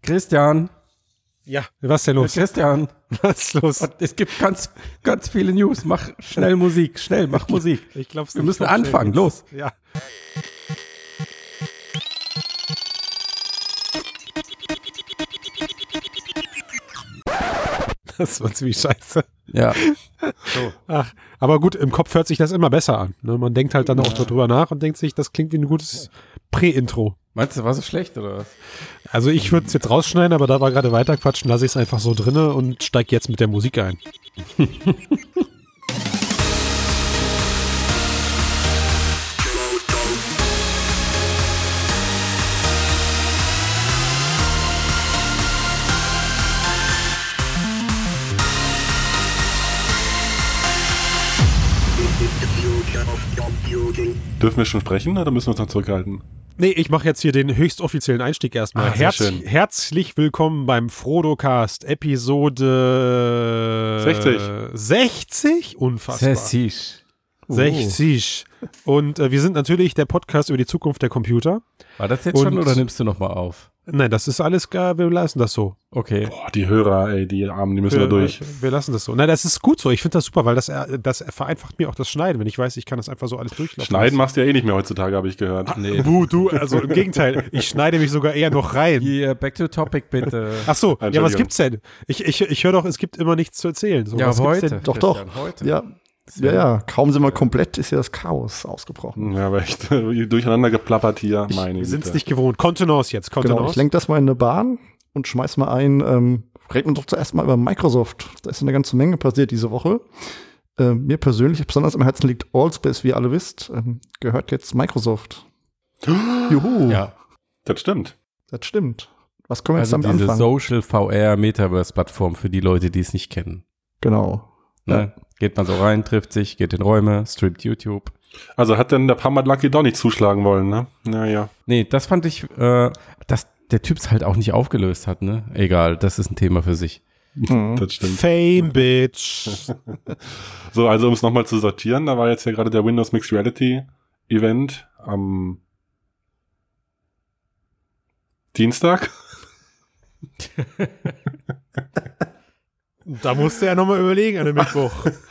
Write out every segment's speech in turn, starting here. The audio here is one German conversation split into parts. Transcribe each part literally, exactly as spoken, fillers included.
Christian. Ja, was ist denn los? Christian, was ist los? Es gibt ganz, ganz viele News. Mach schnell Musik, schnell, mach Musik. Ich glaub's Wir nicht, müssen so anfangen, schnell los. Ja. Das war ziemlich scheiße. Ja. So. Ach, aber gut, im Kopf hört sich das immer besser an. Ne? Man denkt halt dann auch darüber nach und denkt sich, das klingt wie ein gutes Prä-Intro. Meinst du, war so schlecht oder was? Also ich würde es jetzt rausschneiden, aber da wir gerade weiterquatschen, lasse ich es einfach so drinne und steige jetzt mit der Musik ein. Dürfen wir schon sprechen oder müssen wir uns noch zurückhalten? Nee, ich mache jetzt hier den höchst offiziellen Einstieg erstmal. Ah, sehr Herz, schön. Herzlich willkommen beim Frodocast, Episode sechzig. sechzig? Unfassbar. Sessisch. sechzig. Und äh, wir sind natürlich der Podcast über die Zukunft der Computer. War das jetzt Und- schon oder nimmst du nochmal auf? Nein, das ist alles gar, wir lassen das so. Okay. Boah, die Hörer, ey, die Armen, die müssen wir, da durch. Wir lassen das so. Nein, das ist gut so. Ich finde das super, weil das, äh, das vereinfacht mir auch das Schneiden, wenn ich weiß, ich kann das einfach so alles durchlaufen Schneiden lassen. machst du ja eh nicht mehr heutzutage, habe ich gehört. Nee. Du, du, also im Gegenteil, ich schneide mich sogar eher noch rein. Hier, back to topic bitte. Ach so, ja, was Entschuldigung. gibt's denn? Ich, ich, ich höre doch, es gibt immer nichts zu erzählen. So, Ja, was aber gibt's heute. denn? Doch, doch. Christian, heute. Ja, ja, ja, kaum sind wir komplett, ist ja das Chaos ausgebrochen. Ja, aber echt durcheinander geplappert hier, meine Wir sind es Güte. nicht gewohnt. Kontenance jetzt, Genau, Kontenance. ich lenke das mal in eine Bahn und schmeiß mal ein, ähm, reden wir doch zuerst mal über Microsoft. Da ist eine ganze Menge passiert diese Woche. Äh, mir persönlich besonders am Herzen liegt Allspace, wie ihr alle wisst, ähm, gehört jetzt Microsoft. Juhu, Ja, Das stimmt. das stimmt. Was können wir also jetzt damit diese anfangen? Social V R Metaverse-Plattform für die Leute, die es nicht kennen. Genau. Ne? Geht man so rein, trifft sich, geht in Räume, streamt YouTube. Also hat denn der Parmat Lucky doch nicht zuschlagen wollen, ne? Naja. Nee, das fand ich, äh, dass der Typ's halt auch nicht aufgelöst hat, ne? Egal, das ist ein Thema für sich. Mhm. Das stimmt. Fame, Bitch. So, also um es nochmal zu sortieren, da war jetzt ja gerade der Windows Mixed Reality Event am Dienstag. Da musste er nochmal überlegen an dem Mittwoch.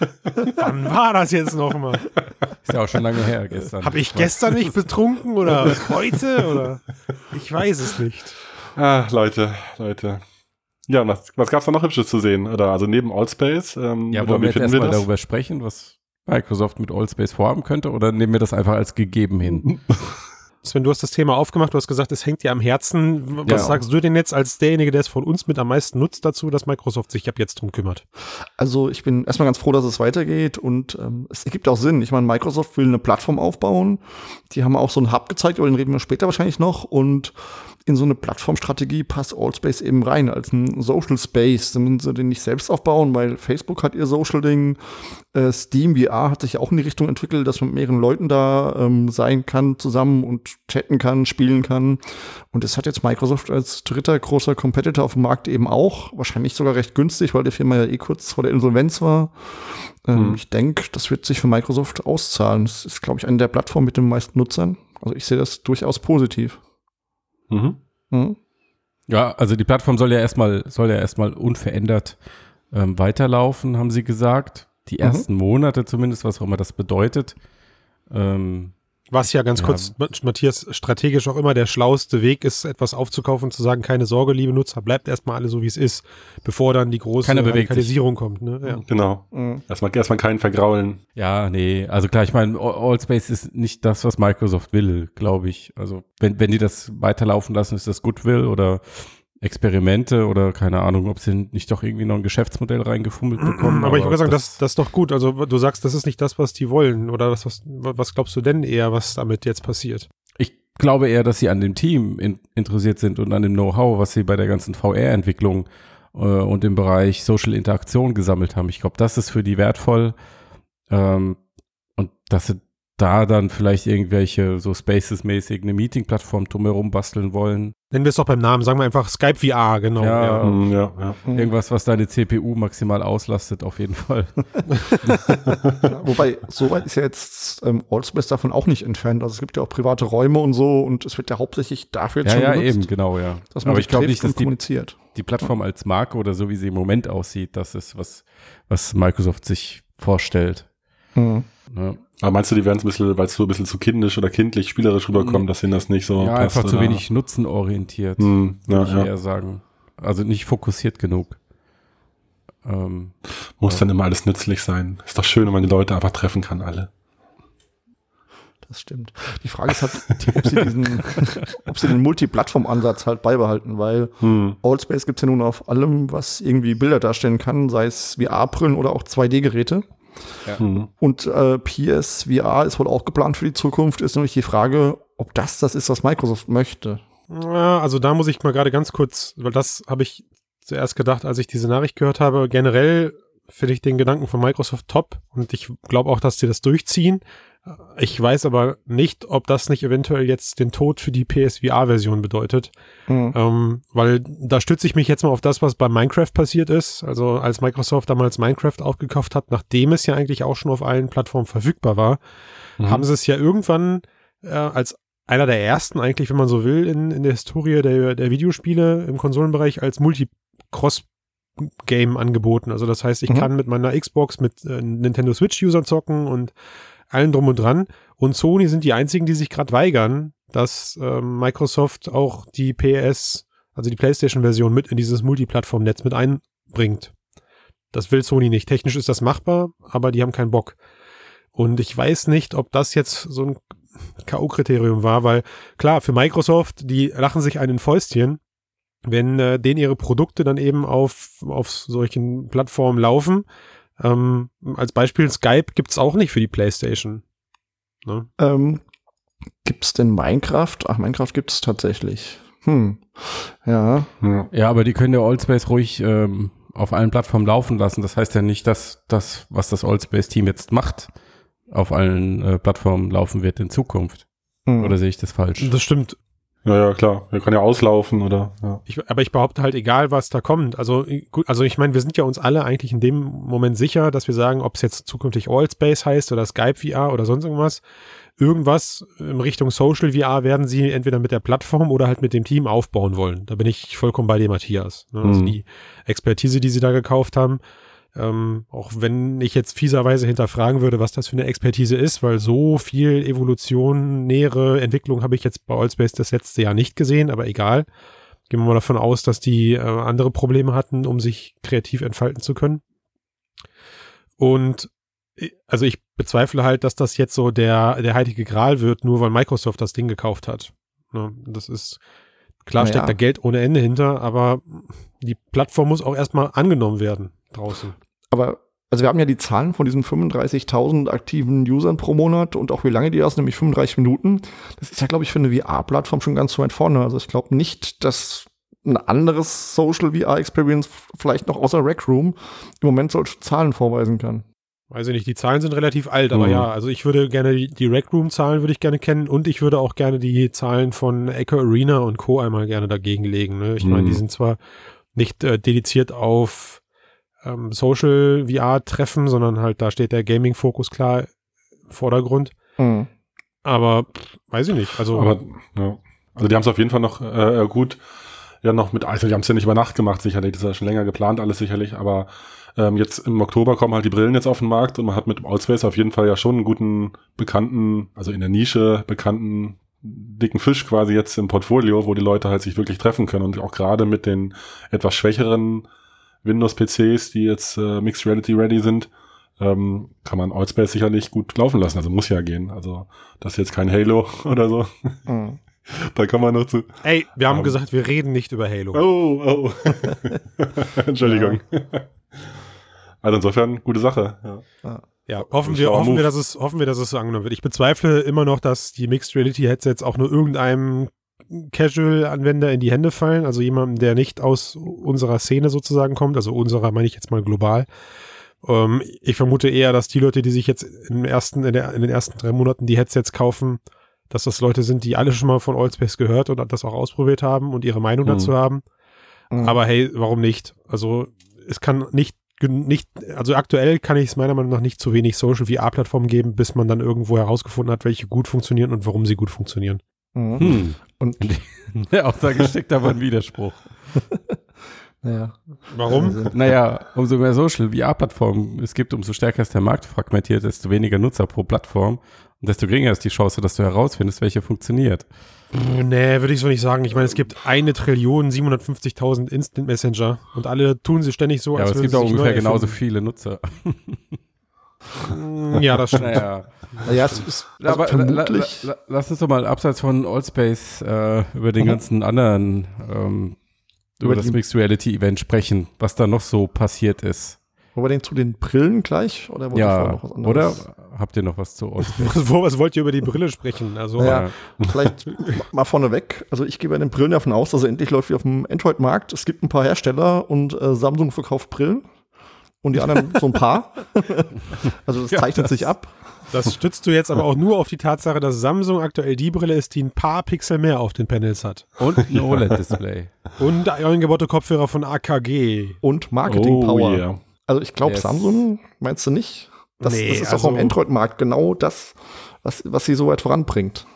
Wann war das jetzt nochmal? Ist ja auch schon lange her gestern. Habe ich gestern nicht betrunken oder heute? Oder? Ich weiß es nicht. Ah, Leute, Leute. Ja, was, was gab's da noch Hübsches zu sehen? Oder also neben Allspace? Ähm, Ja, oder wollen wir wie jetzt finden wir erstmal das? darüber sprechen, was Microsoft mit Allspace vorhaben könnte, oder nehmen wir das einfach als gegeben hin? Sven, du hast das Thema aufgemacht, du hast gesagt, es hängt dir am Herzen. Was Ja. sagst du denn jetzt als derjenige, der es von uns mit am meisten nutzt dazu, dass Microsoft sich ab jetzt drum kümmert? Also ich bin erstmal ganz froh, dass es weitergeht und ähm, es ergibt auch Sinn. Ich meine, Microsoft will eine Plattform aufbauen. Die haben auch so einen Hub gezeigt, aber den reden wir später wahrscheinlich noch. Und in so eine Plattformstrategie passt Allspace eben rein als ein Social Space. Dann müssen sie den nicht selbst aufbauen, weil Facebook hat ihr Social-Ding. Äh, Steam V R hat sich ja auch in die Richtung entwickelt, dass man mit mehreren Leuten da ähm, sein kann zusammen und chatten kann, spielen kann. Und das hat jetzt Microsoft als dritter großer Competitor auf dem Markt eben auch. Wahrscheinlich sogar recht günstig, weil die Firma ja eh kurz vor der Insolvenz war. Ähm, Hm. Ich denke, das wird sich für Microsoft auszahlen. Das ist, glaube ich, eine der Plattformen mit den meisten Nutzern. Also ich sehe das durchaus positiv. Mhm. Mhm. Ja, also die Plattform soll ja erstmal, soll ja erstmal unverändert ähm, weiterlaufen, haben sie gesagt. Die ersten Monate zumindest, was auch immer das bedeutet. Ähm, Was ja ganz Ja. kurz, Matthias, strategisch auch immer der schlauste Weg ist, etwas aufzukaufen und zu sagen, keine Sorge, liebe Nutzer, bleibt erstmal alle so, wie es ist, bevor dann die große Keiner bewegt Radikalisierung kommt. Ne? Ja. Genau. Mhm. Erstmal, erstmal keinen vergraulen. ja, nee, also klar, ich meine, All- Allspace ist nicht das, was Microsoft will, glaube ich. Also wenn, wenn die das weiterlaufen lassen, ist das Goodwill oder Experimente oder keine Ahnung, ob sie nicht doch irgendwie noch ein Geschäftsmodell reingefummelt bekommen. Aber ich würde sagen, das, das ist doch gut. Also du sagst, das ist nicht das, was die wollen. Oder was, was, was glaubst du denn eher, was damit jetzt passiert? Ich glaube eher, dass sie an dem Team in, interessiert sind und an dem Know-how, was sie bei der ganzen V R-Entwicklung äh, und im Bereich Social Interaktion gesammelt haben. Ich glaube, das ist für die wertvoll. Ähm, und dass sie da dann vielleicht irgendwelche so Spaces-mäßig eine Meeting-Plattform drumherum basteln wollen. Nennen wir es doch beim Namen, sagen wir einfach Skype V R, genau. Ja, Ja. Hm, ja, ja. Irgendwas, was deine C P U maximal auslastet, auf jeden Fall. Ja, wobei, soweit ist ja jetzt ähm, Allspace davon auch nicht entfernt. Also es gibt ja auch private Räume und so und es wird ja hauptsächlich dafür jetzt Ja, schon ja, benutzt, eben, genau, ja. dass man Aber sich ich glaube trifft nicht, dass und die, kommuniziert. die Plattform als Marke oder so, wie sie im Moment aussieht, das ist, was, was Microsoft sich vorstellt. Mhm. Ne? Aber meinst du, die werden es ein bisschen, weil es so ein bisschen zu kindisch oder kindlich, spielerisch rüberkommt, dass ihnen das nicht so Ja, passt? einfach zu oder? wenig nutzenorientiert, Hm, ja, würde ich ja. eher sagen. Also nicht fokussiert genug. Ähm, Muss dann immer alles nützlich sein. Ist doch schön, wenn man die Leute einfach treffen kann, alle. Das stimmt. Die Frage ist halt, ob sie diesen, ob sie den Multiplattform-Ansatz halt beibehalten, weil Hm. Allspace gibt es ja nun auf allem, was irgendwie Bilder darstellen kann, sei es V R-Brillen oder auch zwei D Geräte. Hm. Und äh, P S V R ist wohl auch geplant für die Zukunft, ist nämlich die Frage, ob das das ist, was Microsoft möchte. Ja, also da muss ich mal gerade ganz kurz, weil das habe ich zuerst gedacht, als ich diese Nachricht gehört habe. Generell finde ich den Gedanken von Microsoft top und ich glaube auch, dass sie das durchziehen. Ich weiß aber nicht, ob das nicht eventuell jetzt den Tod für die P S V R-Version bedeutet. Mhm. Ähm, weil da stütze ich mich jetzt mal auf das, was bei Minecraft passiert ist. Also als Microsoft damals Minecraft aufgekauft hat, nachdem es ja eigentlich auch schon auf allen Plattformen verfügbar war, Mhm. haben sie es ja irgendwann äh, als einer der ersten eigentlich, wenn man so will, in, in der Historie der, der Videospiele im Konsolenbereich als Multi-Cross-Game angeboten. Also das heißt, ich Mhm. kann mit meiner Xbox mit äh, Nintendo Switch-Usern zocken und allen drum und dran. Und Sony sind die einzigen, die sich gerade weigern, dass ähm, Microsoft auch die P S, also die PlayStation-Version mit in dieses Multiplattform-Netz mit einbringt. Das will Sony nicht. Technisch ist das machbar, aber die haben keinen Bock. Und ich weiß nicht, ob das jetzt so ein K O-Kriterium war, weil klar, für Microsoft, die lachen sich einen Fäustchen, wenn äh, denen ihre Produkte dann eben auf, auf solchen Plattformen laufen. Ähm, als Beispiel Skype gibt's auch nicht für die PlayStation. Ne? Ähm, gibt's denn Minecraft? Ach, Minecraft gibt's tatsächlich. Hm. Ja. Ja. ja, aber die können ja Allspace ruhig ähm, auf allen Plattformen laufen lassen. Das heißt ja nicht, dass das, was das Allspace-Team jetzt macht, auf allen äh, Plattformen laufen wird in Zukunft. Hm. Oder sehe ich das falsch? Das stimmt. Ja, ja, klar. Wir können ja auslaufen oder, ja. Ich, aber ich behaupte halt, egal was da kommt, also gut, also ich meine, wir sind ja uns alle eigentlich in dem Moment sicher, dass wir sagen, ob es jetzt zukünftig Allspace heißt oder Skype V R oder sonst irgendwas, irgendwas in Richtung Social V R werden sie entweder mit der Plattform oder halt mit dem Team aufbauen wollen. Da bin ich vollkommen bei dir, Matthias. Ne? Also Mhm. die Expertise, die sie da gekauft haben, ähm, auch wenn ich jetzt fieserweise hinterfragen würde, was das für eine Expertise ist, weil so viel Evolution, nähere Entwicklung habe ich jetzt bei Allspace das letzte Jahr nicht gesehen, aber egal. Gehen wir mal davon aus, dass die äh, andere Probleme hatten, um sich kreativ entfalten zu können. Und äh, also ich bezweifle halt, dass das jetzt so der, der heilige Gral wird, nur weil Microsoft das Ding gekauft hat. Ne? Das ist, klar Naja. steckt da Geld ohne Ende hinter, aber die Plattform muss auch erstmal angenommen werden draußen. Aber, also wir haben ja die Zahlen von diesen fünfunddreißigtausend aktiven Usern pro Monat und auch wie lange die das, nämlich fünfunddreißig Minuten. Das ist ja, glaube ich, für eine V R-Plattform schon ganz weit vorne. Also ich glaube nicht, dass ein anderes Social V R-Experience vielleicht noch außer Rec Room im Moment solche Zahlen vorweisen kann. Weiß ich nicht, die Zahlen sind relativ alt, aber Mhm. ja, also ich würde gerne die, die Rec Room-Zahlen würde ich gerne kennen und ich würde auch gerne die Zahlen von Echo Arena und Co. einmal gerne dagegen legen. Ne? Ich meine, Mhm. die sind zwar nicht äh, dediziert auf ähm, Social V R-Treffen, sondern halt da steht der Gaming-Fokus klar im Vordergrund, Mhm. aber pff, weiß ich nicht. Also Aber, ja. Also die haben es auf jeden Fall noch äh, gut, ja noch mit, also die haben es ja nicht über Nacht gemacht sicherlich, das ist ja schon länger geplant alles sicherlich, aber ähm, jetzt im Oktober kommen halt die Brillen jetzt auf den Markt und man hat mit Allspace auf jeden Fall ja schon einen guten, bekannten, also in der Nische bekannten, dicken Fisch quasi jetzt im Portfolio, wo die Leute halt sich wirklich treffen können und auch gerade mit den etwas schwächeren Windows-P Cs, die jetzt äh, Mixed Reality ready sind, ähm, kann man Allspace sicherlich gut laufen lassen, also muss ja gehen, also das ist jetzt kein Halo oder so. Mhm. Da kommen wir noch zu. ey, wir haben Ähm. gesagt, wir reden nicht über Halo. Oh, oh. Entschuldigung. Also insofern, gute Sache. Ja. Ja, hoffen Ein wir, schlauer hoffen Move. wir, dass es, hoffen wir, dass es so angenommen wird. Ich bezweifle immer noch, dass die Mixed Reality Headsets auch nur irgendeinem Casual-Anwender in die Hände fallen, also jemandem, der nicht aus unserer Szene sozusagen kommt, also unserer meine ich jetzt mal global. Ähm, ich vermute eher, dass die Leute, die sich jetzt im ersten, in, der, in den ersten drei Monaten die Headsets kaufen, dass das Leute sind, die alle schon mal von Allspace gehört und das auch ausprobiert haben und ihre Meinung mhm. dazu haben. Mhm. Aber hey, warum nicht? Also es kann nicht, nicht also aktuell kann ich es meiner Meinung nach nicht zu wenig Social-V R-Plattformen geben, bis man dann irgendwo herausgefunden hat, welche gut funktionieren und warum sie gut funktionieren. Mhm. Hm. Und in der Aussage steckt aber ein Widerspruch. Ja. Warum? Also, naja, umso mehr Social-V R-Plattformen es gibt, umso stärker ist der Markt fragmentiert, desto weniger Nutzer pro Plattform und desto geringer ist die Chance, dass du herausfindest, welche funktioniert. Nee, würde ich so nicht sagen. Ich meine, es gibt eine Trillion siebenhundertfünfzigtausend Instant Messenger und alle tun sie ständig so, ja, als würden sie sich neu erfinden. Ja, aber es gibt auch ungefähr genauso viele Nutzer. Ja, das stimmt. Naja. Naja, es ist also aber vermutlich la, la, la, lass uns doch mal abseits von Allspace äh, über den mhm. ganzen anderen ähm, über, über das Mixed Reality Event sprechen, was da noch so passiert ist. Wollen wir denn zu den Brillen gleich? Oder wollt ja, ihr noch was anderes? Oder habt ihr noch was zu uns? Was wollt ihr über die Brille sprechen? Also, naja, vielleicht mal vorneweg. Also ich gehe bei den Brillen davon aus, dass er endlich läuft wie auf dem Android-Markt. Es gibt ein paar Hersteller und äh, Samsung verkauft Brillen und die anderen so ein paar. Also das zeichnet ja, das sich ab. Das stützt du jetzt aber auch nur auf die Tatsache, dass Samsung aktuell die Brille ist, die ein paar Pixel mehr auf den Panels hat. Und ein O L E D-Display. Und eingebaute Kopfhörer von A K G. Und Marketing-Power. Oh, yeah. Also ich glaube, yes. Samsung, meinst du nicht? Das, nee, das ist also, auch am Android-Markt genau das, was, was sie so weit voranbringt.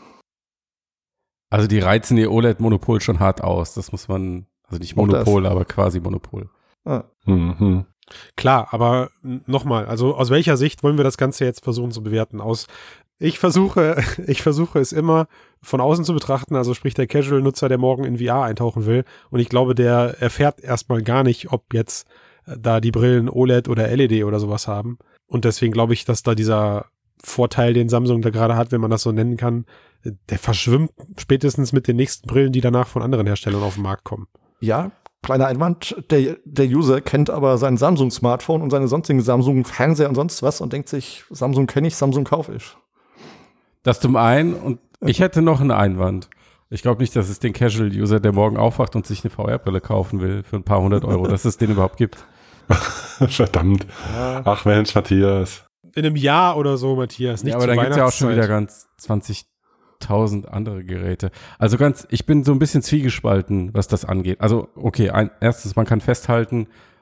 Also die reizen ihr O L E D-Monopol schon hart aus. Das muss man, also nicht Monopol, aber quasi Monopol. Ah. Mhm. Klar, aber nochmal, also aus welcher Sicht wollen wir das Ganze jetzt versuchen zu bewerten? Aus, ich versuche, ich versuche es immer von außen zu betrachten, also sprich der Casual-Nutzer, der morgen in V R eintauchen will und ich glaube, der erfährt erstmal gar nicht, ob jetzt da die Brillen O L E D oder L E D oder sowas haben und deswegen glaube ich, dass da dieser Vorteil, den Samsung da gerade hat, wenn man das so nennen kann, der verschwimmt spätestens mit den nächsten Brillen, die danach von anderen Herstellern auf den Markt kommen. Ja, kleiner Einwand, der, der User kennt aber sein Samsung-Smartphone und seine sonstigen Samsung-Fernseher und sonst was und denkt sich, Samsung kenne ich, Samsung kaufe ich. Das zum einen und ich hätte noch einen Einwand. Ich glaube nicht, dass es den Casual-User, der morgen aufwacht und sich eine V R-Brille kaufen will für ein paar hundert Euro, dass es den überhaupt gibt. Verdammt. Ja. Ach Mensch, Matthias. In einem Jahr oder so, Matthias. Nicht ja, aber dann gibt es ja auch schon wieder ganz zwanzigtausend andere Geräte. Also ganz, ich bin so ein bisschen zwiegespalten, was das angeht. Also okay, ein, erstens, man kann festhalten,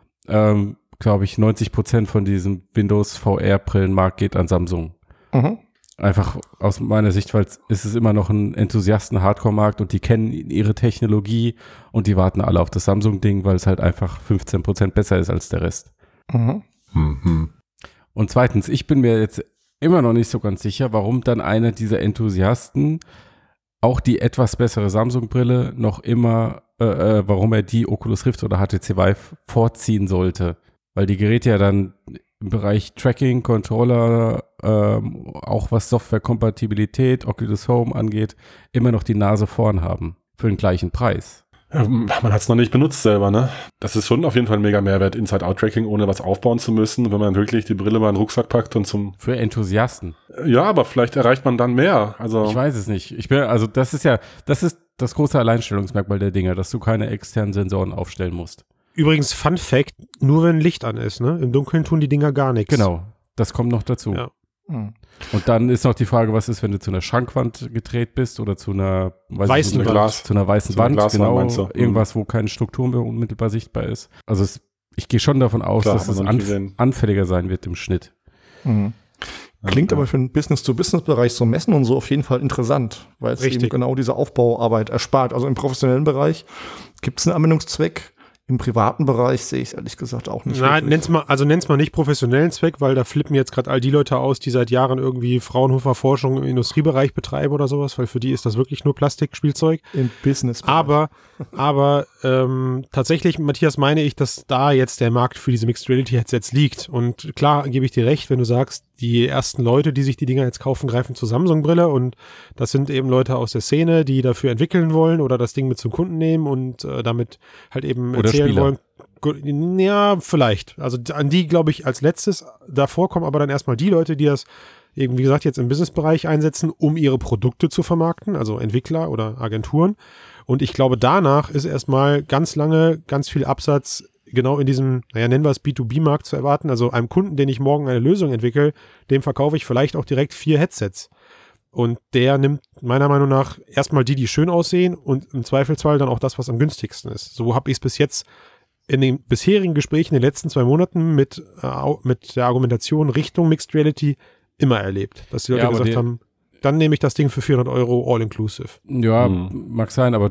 ähm, glaube ich, neunzig Prozent von diesem Windows V R-Brillenmarkt geht an Samsung. Mhm. Einfach aus meiner Sicht, weil es ist immer noch ein Enthusiasten-Hardcore-Markt und die kennen ihre Technologie und die warten alle auf das Samsung-Ding, weil es halt einfach fünfzehn Prozent besser ist als der Rest. Mhm. Mhm. Und zweitens, ich bin mir jetzt immer noch nicht so ganz sicher, warum dann einer dieser Enthusiasten auch die etwas bessere Samsung-Brille noch immer, äh, äh, warum er die Oculus Rift oder H T C Vive vorziehen sollte. Weil die Geräte ja dann im Bereich Tracking, Controller, ähm, auch was Softwarekompatibilität, Oculus Home angeht, immer noch die Nase vorn haben. Für den gleichen Preis. Man hat es noch nicht benutzt selber, ne? Das ist schon auf jeden Fall ein mega Mehrwert, Inside-Out-Tracking, ohne was aufbauen zu müssen, wenn man wirklich die Brille mal in den Rucksack packt und zum... Für Enthusiasten. Ja, aber vielleicht erreicht man dann mehr. Also ich weiß es nicht. Ich bin, also das ist ja, das ist das große Alleinstellungsmerkmal der Dinger, dass du keine externen Sensoren aufstellen musst. Übrigens, Fun Fact, nur wenn Licht an ist, ne? Im Dunkeln tun die Dinger gar nichts. Genau, das kommt noch dazu. Ja. Hm. Und dann ist noch die Frage, was ist, wenn du zu einer Schrankwand gedreht bist oder zu einer weiß weißen ich, Wand. Glas, zu einer weißen zu einer Wand, Glaswand, genau, irgendwas, wo keine Struktur mehr unmittelbar sichtbar ist. Also es, ich gehe schon davon aus, Klar, dass es anf- anfälliger sein wird im Schnitt. Mhm. Klingt ja, aber für den Business-to-Business-Bereich so Messen und so auf jeden Fall interessant, weil es eben genau diese Aufbauarbeit erspart. Also im professionellen Bereich gibt es einen Anwendungszweck. Im privaten Bereich sehe ich es ehrlich gesagt auch nicht. Nein, nenn's mal, also nenn's mal nicht professionellen Zweck, weil da flippen jetzt gerade all die Leute aus, die seit Jahren irgendwie Fraunhofer Forschung im Industriebereich betreiben oder sowas, weil für die ist das wirklich nur Plastikspielzeug. Im Business. Aber, aber ähm, tatsächlich, Matthias, meine ich, dass da jetzt der Markt für diese Mixed Reality Headsets liegt. Und klar, gebe ich dir recht, wenn du sagst, die ersten Leute, die sich die Dinger jetzt kaufen, greifen zur Samsung-Brille und das sind eben Leute aus der Szene, die dafür entwickeln wollen oder das Ding mit zum Kunden nehmen und äh, damit halt eben oder erzählen Spieler. wollen. Ja, vielleicht. Also an die, glaube ich, als letztes. Davor kommen aber dann erstmal die Leute, die das eben, wie gesagt, jetzt im Businessbereich einsetzen, um ihre Produkte zu vermarkten, also Entwickler oder Agenturen. Und ich glaube, danach ist erstmal ganz lange ganz viel Absatz genau in diesem, naja, nennen wir es B zwei B-Markt zu erwarten. Also einem Kunden, den ich morgen eine Lösung entwickle, dem verkaufe ich vielleicht auch direkt vier Headsets. Und der nimmt meiner Meinung nach erstmal die, die schön aussehen und im Zweifelsfall dann auch das, was am günstigsten ist. So habe ich es bis jetzt in den bisherigen Gesprächen in den letzten zwei Monaten mit, äh, mit der Argumentation Richtung Mixed Reality immer erlebt. Dass die Leute Ja, gesagt die, haben, dann nehme ich das Ding für vierhundert Euro all-inclusive. Ja, Hm. mag sein, aber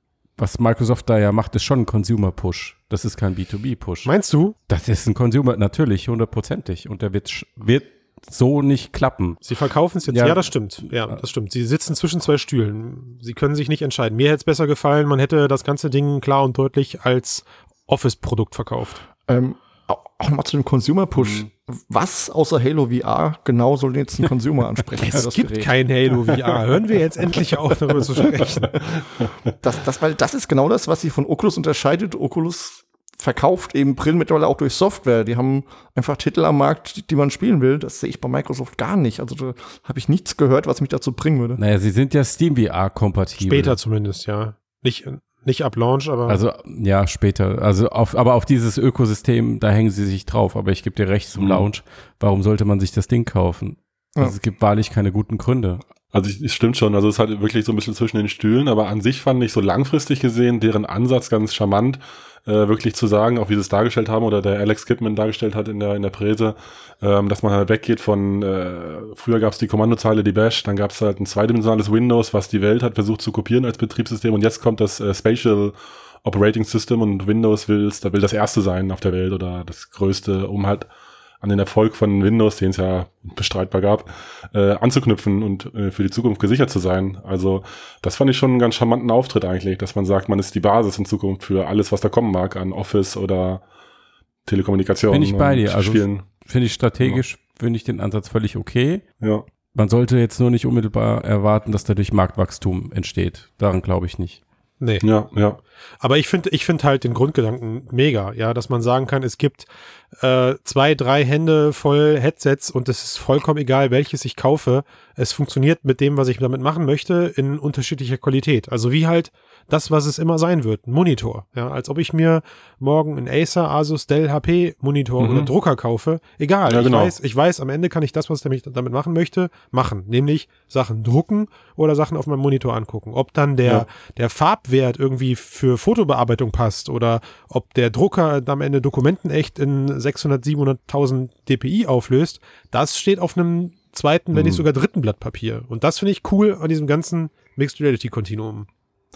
was Microsoft da ja macht, ist schon ein Consumer-Push. Das ist kein B zwei B-Push. Meinst du? Das ist ein Consumer, natürlich, hundertprozentig. Und der wird, sch- wird so nicht klappen. Sie verkaufen es jetzt, ja. Ja. das stimmt. Ja, das stimmt. Sie sitzen zwischen zwei Stühlen. Sie können sich nicht entscheiden. Mir hätte es besser gefallen, man hätte das ganze Ding klar und deutlich als Office-Produkt verkauft. Ähm, auch auch mal zu dem Consumer-Push. Mhm. Was außer Halo V R genau soll denn jetzt ein Consumer ansprechen? Es das gibt Gerät? kein Halo V R. Hören wir jetzt endlich auf, darüber zu sprechen. Das, das, weil das ist genau das, was sie von Oculus unterscheidet. Oculus verkauft eben Brillen mittlerweile auch durch Software. Die haben einfach Titel am Markt, die, die man spielen will. Das sehe ich bei Microsoft gar nicht. Also da habe ich nichts gehört, was mich dazu bringen würde. Naja, sie sind ja Steam V R-kompatibel. Später zumindest, ja. Nicht, nicht ab Launch, aber Also, ja, später. Also, auf, aber auf dieses Ökosystem, da hängen sie sich drauf. Aber ich gebe dir recht zum Mhm. Launch. Warum sollte man sich das Ding kaufen? Ja. Also, es gibt wahrlich keine guten Gründe. Also es stimmt schon, also es ist halt wirklich so ein bisschen zwischen den Stühlen, aber an sich fand ich so langfristig gesehen deren Ansatz ganz charmant, äh, wirklich zu sagen, auch wie sie es dargestellt haben oder der Alex Kidman dargestellt hat in der in der Präse, ähm, dass man halt weggeht von, äh, früher gab es die Kommandozeile, die Bash, dann gab es halt ein zweidimensionales Windows, was die Welt hat versucht zu kopieren als Betriebssystem und jetzt kommt das äh, Spatial Operating System und Windows will, da will das erste sein auf der Welt oder das größte, um halt an den Erfolg von Windows, den es ja bestreitbar gab, äh, anzuknüpfen und äh, für die Zukunft gesichert zu sein. Also das fand ich schon einen ganz charmanten Auftritt eigentlich, dass man sagt, man ist die Basis in Zukunft für alles, was da kommen mag an Office oder Telekommunikation. Bin ich bei und dir. Also, Spielen. finde ich strategisch, finde ich den Ansatz völlig okay. Ja. Man sollte jetzt nur nicht unmittelbar erwarten, dass dadurch Marktwachstum entsteht. Daran glaube ich nicht. nee. Ja, ja. Aber ich finde ich finde halt den Grundgedanken mega, ja, dass man sagen kann, es gibt äh, zwei, drei Hände voll Headsets und es ist vollkommen egal, welches ich kaufe. Es funktioniert mit dem, was ich damit machen möchte, in unterschiedlicher Qualität. Also wie halt das, was es immer sein wird, ein Monitor. Ja, als ob ich mir morgen einen Acer, Asus, Dell, H P Monitor Mhm. oder Drucker kaufe. Egal, Ja, genau. ich weiß, ich weiß, am Ende kann ich das, was ich damit machen möchte, machen. Nämlich Sachen drucken oder Sachen auf meinem Monitor angucken. Ob dann der, Ja. der Farbwert irgendwie für Fotobearbeitung passt oder ob der Drucker am Ende Dokumenten echt in sechshundert, siebenhunderttausend dpi auflöst, das steht auf einem zweiten, wenn nicht Mhm. sogar dritten Blatt Papier. Und das finde ich cool an diesem ganzen Mixed Reality Kontinuum.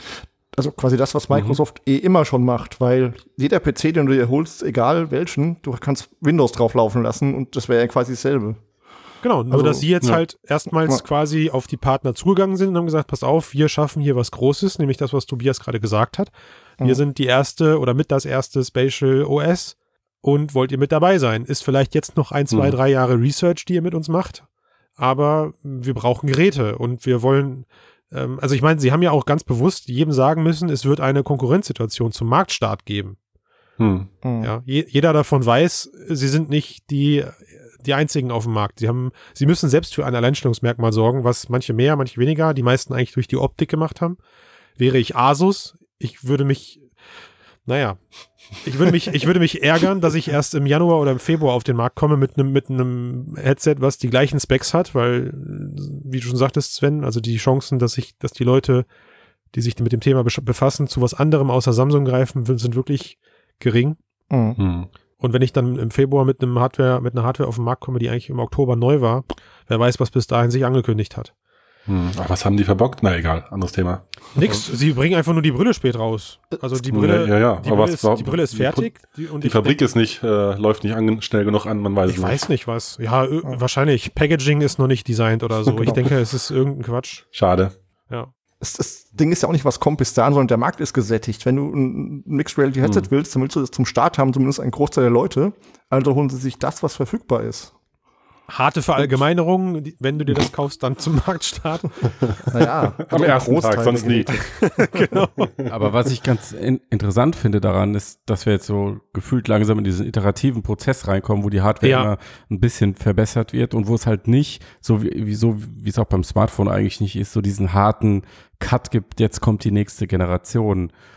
Also quasi das, was Microsoft eh immer schon macht, weil jeder P C, den du dir holst, egal welchen, du kannst Windows drauf laufen lassen und das wäre ja quasi dasselbe. Genau, nur Also, dass sie jetzt ja. halt erstmals Ja. quasi auf die Partner zugegangen sind und haben gesagt, pass auf, wir schaffen hier was Großes, nämlich das, was Tobias gerade gesagt hat. Wir Ja. sind die erste oder mit das erste Spatial O S und wollt ihr mit dabei sein? Ist vielleicht jetzt noch ein, zwei, Mhm. drei Jahre Research, die ihr mit uns macht, aber wir brauchen Geräte und wir wollen, ähm, also ich meine, sie haben ja auch ganz bewusst jedem sagen müssen, es wird eine Konkurrenzsituation zum Marktstart geben. Hm. Mhm. Ja, je, jeder davon weiß, sie sind nicht die, die einzigen auf dem Markt. Sie haben, sie müssen selbst für ein Alleinstellungsmerkmal sorgen, was manche mehr, manche weniger, die meisten eigentlich durch die Optik gemacht haben. Wäre ich Asus, ich würde mich, naja, ich würde mich, ich würde mich ärgern, dass ich erst im Januar oder im Februar auf den Markt komme mit einem, mit einem Headset, was die gleichen Specs hat, weil, wie du schon sagtest, Sven, also die Chancen, dass ich, dass die Leute, die sich mit dem Thema besch- befassen, zu was anderem außer Samsung greifen, sind wirklich gering. Mhm. Hm. Und wenn ich dann im Februar mit einem Hardware, mit einer Hardware auf den Markt komme, die eigentlich im Oktober neu war, wer weiß, was bis dahin sich angekündigt hat. Hm. Ach, was haben die verbockt? Na egal, anderes Thema. Nix, sie bringen einfach nur die Brille spät raus. Also die Brille, Ja, ja, die, aber Brille was- ist, die Brille ist die fertig. Die, und Die ich Fabrik denk- ist nicht, äh, läuft nicht an, schnell genug an, man weiß Ich es nicht. weiß nicht was. Ja, ö- wahrscheinlich. Packaging ist noch nicht designt oder so. Ich Genau. denke, es ist irgendein Quatsch. Schade. Ja. Das, das Ding ist ja auch nicht, was kommt bis dahin, sondern der Markt ist gesättigt. Wenn du ein Mixed Reality Headset Hm. willst, dann willst du das zum Start haben, zumindest ein Großteil der Leute. Also holen sie sich das, was verfügbar ist. Harte Verallgemeinerung, die- wenn du dir das kaufst, dann zum Marktstart. Naja, Am ersten Tag, sonst nie. Aber was ich ganz in, interessant finde daran, ist, dass wir jetzt so gefühlt langsam in diesen iterativen Prozess reinkommen, wo die Hardware Ja. immer ein bisschen verbessert wird und wo es halt nicht, so wie, wie, so wie es auch beim Smartphone eigentlich nicht ist, so diesen harten Cut gibt, jetzt kommt die nächste Generation.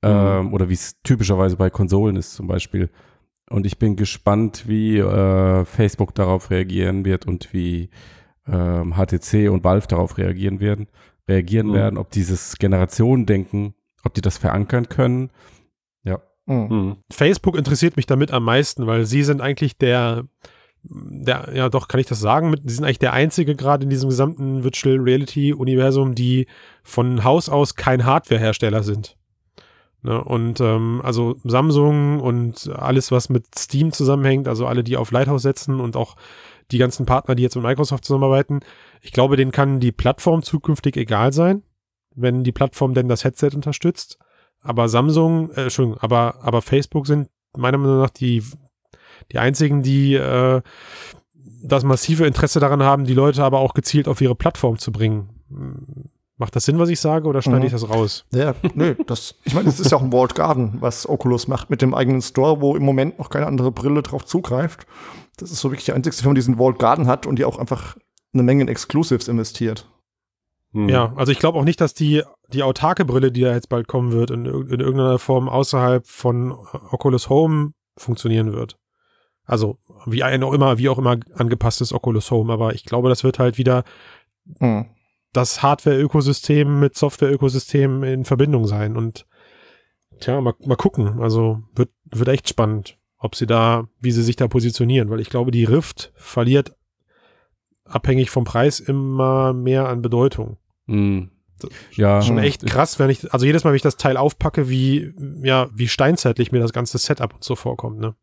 ähm, mhm. oder wie es typischerweise bei Konsolen ist zum Beispiel. Und ich bin gespannt, wie äh, Facebook darauf reagieren wird und wie ähm, H T C und Valve darauf reagieren werden, reagieren mhm. werden, ob dieses Generationendenken, ob die das verankern können. Ja. Mhm. Facebook interessiert mich damit am meisten, weil sie sind eigentlich der, der, ja doch, kann ich das sagen, mit, sie sind eigentlich der einzige gerade in diesem gesamten Virtual Reality Universum, die von Haus aus kein Hardware-Hersteller sind. Ne? Und ähm, also Samsung und alles, was mit Steam zusammenhängt, also alle, die auf Lighthouse setzen und auch die ganzen Partner, die jetzt mit Microsoft zusammenarbeiten, ich glaube, denen kann die Plattform zukünftig egal sein, wenn die Plattform denn das Headset unterstützt. Aber Samsung, äh, Entschuldigung, aber, aber Facebook sind meiner Meinung nach die, die einzigen, die äh, das massive Interesse daran haben, die Leute aber auch gezielt auf ihre Plattform zu bringen. Macht das Sinn, was ich sage, oder schneide mhm. ich das raus? Ja, nee, das, ich meine, das ist ja auch ein Walled Garden, was Oculus macht mit dem eigenen Store, wo im Moment noch keine andere Brille drauf zugreift. Das ist so wirklich die einzige Firma, die diesen Walled Garden hat und die auch einfach eine Menge in Exclusives investiert. Hm. Ja, also ich glaube auch nicht, dass die, die autarke Brille, die da jetzt bald kommen wird, in, in irgendeiner Form außerhalb von Oculus Home funktionieren wird. Also wie ein auch immer, wie auch immer angepasstes Oculus Home, aber ich glaube, das wird halt wieder hm. das Hardware-Ökosystem mit Software-Ökosystem in Verbindung sein und tja, mal, mal gucken. Also wird, wird echt spannend, ob sie da, wie sie sich da positionieren, weil ich glaube, die Rift verliert abhängig vom Preis immer mehr an Bedeutung. Mm. Ja. Schon echt krass, wenn ich, also jedes Mal, wenn ich das Teil aufpacke, wie, ja, wie steinzeitlich mir das ganze Setup und so vorkommt, ne?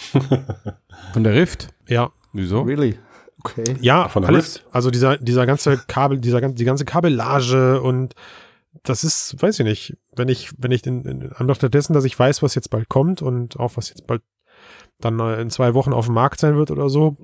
Von der Rift? Ja. Wieso? Really? Okay. Ja, von der alles, Rift? also dieser, dieser ganze Kabel, dieser ganze, die ganze Kabellage und das ist, weiß ich nicht, wenn ich, wenn ich in, in Anbetracht dessen, dass ich weiß, was jetzt bald kommt und auch was jetzt bald dann in zwei Wochen auf dem Markt sein wird oder so.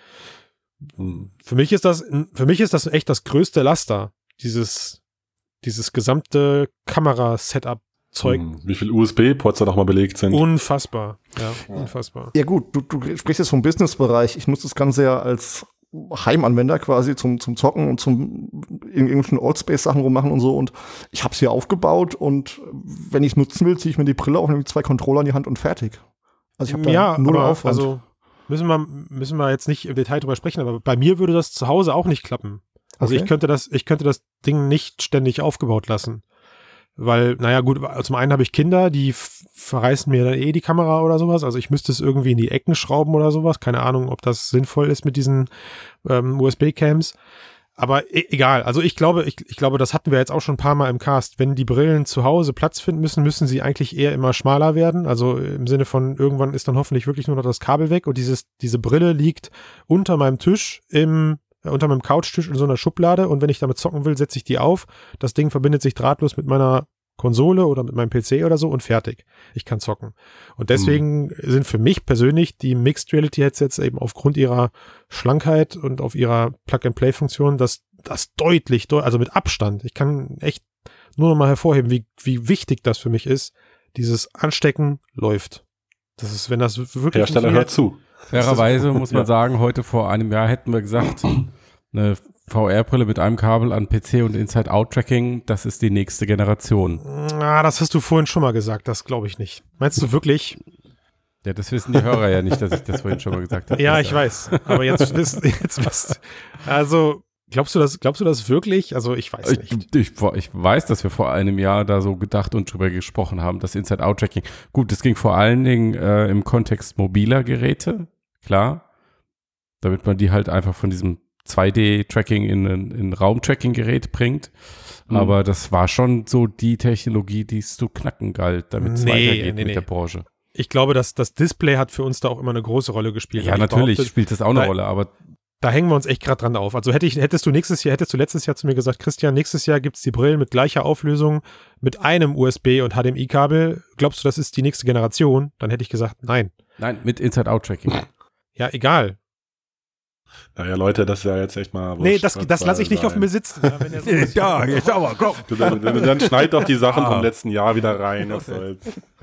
Hm. Für mich ist das, für mich ist das echt das größte Laster, dieses, dieses gesamte Kamera-Setup-Zeug. Hm. Wie viele U S B-Ports da noch mal belegt sind. Unfassbar, ja, ja. unfassbar. Ja gut, du, du sprichst jetzt vom Business-Bereich. Ich nutze das Ganze ja als Heimanwender quasi zum, zum Zocken und zum in irgendwelchen Allspace-Sachen rummachen und so. Und ich habe es hier aufgebaut und wenn ich es nutzen will, ziehe ich mir die Brille auf, nehme zwei Controller in die Hand und fertig. Also ich habe da ja, null aber Aufwand. Also müssen wir, müssen wir jetzt nicht im Detail drüber sprechen, aber bei mir würde das zu Hause auch nicht klappen. Also Okay. ich könnte das, ich könnte das Ding nicht ständig aufgebaut lassen. Weil, naja gut, zum einen habe ich Kinder, die f- verreißen mir dann eh die Kamera oder sowas. Also ich müsste es irgendwie in die Ecken schrauben oder sowas. Keine Ahnung, ob das sinnvoll ist mit diesen ähm, U S B-Cams. Aber e- egal. Also ich glaube, ich, ich glaube, das hatten wir jetzt auch schon ein paar Mal im Cast. Wenn die Brillen zu Hause Platz finden müssen, müssen sie eigentlich eher immer schmaler werden. Also im Sinne von, irgendwann ist dann hoffentlich wirklich nur noch das Kabel weg und dieses, diese Brille liegt unter meinem Tisch im unter meinem Couchtisch in so einer Schublade und wenn ich damit zocken will, setze ich die auf. Das Ding verbindet sich drahtlos mit meiner Konsole oder mit meinem P C oder so und fertig. Ich kann zocken. Und deswegen mhm. sind für mich persönlich die Mixed Reality Headsets eben aufgrund ihrer Schlankheit und auf ihrer Plug-and-Play-Funktion das, das deutlich, deut- also mit Abstand. Ich kann echt nur noch mal hervorheben, wie, wie wichtig das für mich ist. Dieses Anstecken läuft. Das ist, wenn das wirklich Hersteller hört zu. Fairerweise muss man ja. sagen, heute vor einem Jahr hätten wir gesagt, eine V R-Brille mit einem Kabel an P C und Inside-Out-Tracking, das ist die nächste Generation. Ah, das hast du vorhin schon mal gesagt, das glaube ich nicht. Meinst du wirklich? Ja, das wissen die Hörer ja nicht, dass ich das vorhin schon mal gesagt habe. Ja, ich weiß. Aber jetzt wisst jetzt wisst. Also, glaubst du das, glaubst du das wirklich? Also, ich weiß nicht. Ich, ich, ich weiß, dass wir vor einem Jahr da so gedacht und drüber gesprochen haben, das Inside-Out-Tracking. Gut, das ging vor allen Dingen äh, im Kontext mobiler Geräte, klar. Damit man die halt einfach von diesem zwei D-Tracking in ein, in ein Raum-Tracking-Gerät bringt. Mhm. Aber das war schon so die Technologie, die es zu knacken galt, damit es Nee, weitergeht nee, mit nee. der Branche. Ich glaube, dass das Display hat für uns da auch immer eine große Rolle gespielt. Ja, Und ich natürlich behaupte, spielt das auch eine da- Rolle, aber Da hängen wir uns echt gerade dran auf. Also hätte ich, hättest du nächstes Jahr, hättest du letztes Jahr zu mir gesagt, Christian, nächstes Jahr gibt's die Brillen mit gleicher Auflösung mit einem U S B und H D M I-Kabel. Glaubst du, das ist die nächste Generation? Dann hätte ich gesagt, nein. nein, mit Inside-Out-Tracking. Ja, egal. Naja, Leute, das ist ja jetzt echt mal. Nee, wurscht, das, was das da lasse ich nicht auf sein. mir sitzen. Ja, wenn er so ist. Ja, jetzt aber, komm. Du, dann, dann, dann schneid doch die Sachen vom letzten Jahr wieder rein. Was soll's.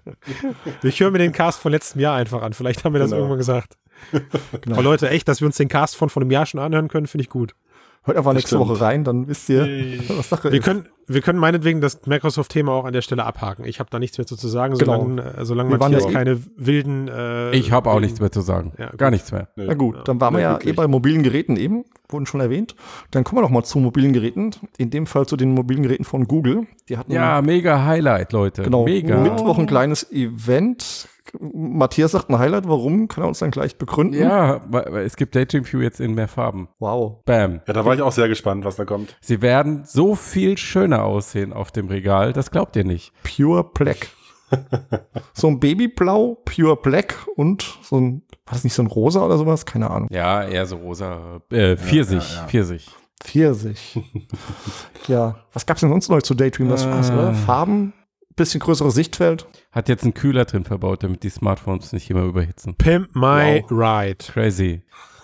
Ich höre mir den Cast von letztem Jahr einfach an. Vielleicht haben wir das Genau. irgendwann gesagt. Aber Leute, echt, dass wir uns den Cast von vor einem Jahr schon anhören können, finde ich gut. Hört einfach Das nächste stimmt. Woche rein, dann wisst ihr, Hey. was Sache Wir ist. können, wir können meinetwegen das Microsoft-Thema auch an der Stelle abhaken. Ich habe da nichts mehr zu sagen, Genau. solange, äh, solange Wir waren Matthias ja eh- keine wilden äh, Ich habe auch wilden- nichts mehr zu sagen. Ja, gut. Gar nichts mehr. Nee. Na gut, Ja. dann waren wir Ja, ja wirklich. eh bei mobilen Geräten eben, wurden schon erwähnt. Dann kommen wir doch mal zu mobilen Geräten. In dem Fall zu den mobilen Geräten von Google. Die hatten Ja, mega Highlight, Leute. genau Mega. Mittwoch ein kleines Event. Matthias sagt ein Highlight, warum? Kann er uns dann gleich begründen? Ja, weil- weil es gibt Daydream View jetzt in mehr Farben. Wow. Bam. Ja, da war ich auch sehr gespannt, was da kommt. Sie werden so viel schöner aussehen auf dem Regal, das glaubt ihr nicht. Pure Black. So ein Babyblau, Pure Black und so ein, war das nicht so ein Rosa oder sowas? Keine Ahnung. Ja, eher so rosa. Äh, Pfirsich, ja, ja. Pfirsich. Pfirsich. Ja, was gab's denn sonst neu zu Daydream? Das war's, Äh. oder? Farben, bisschen größeres Sichtfeld. Hat jetzt einen Kühler drin verbaut, damit die Smartphones nicht immer überhitzen. Pimp My Wow. Ride. Crazy.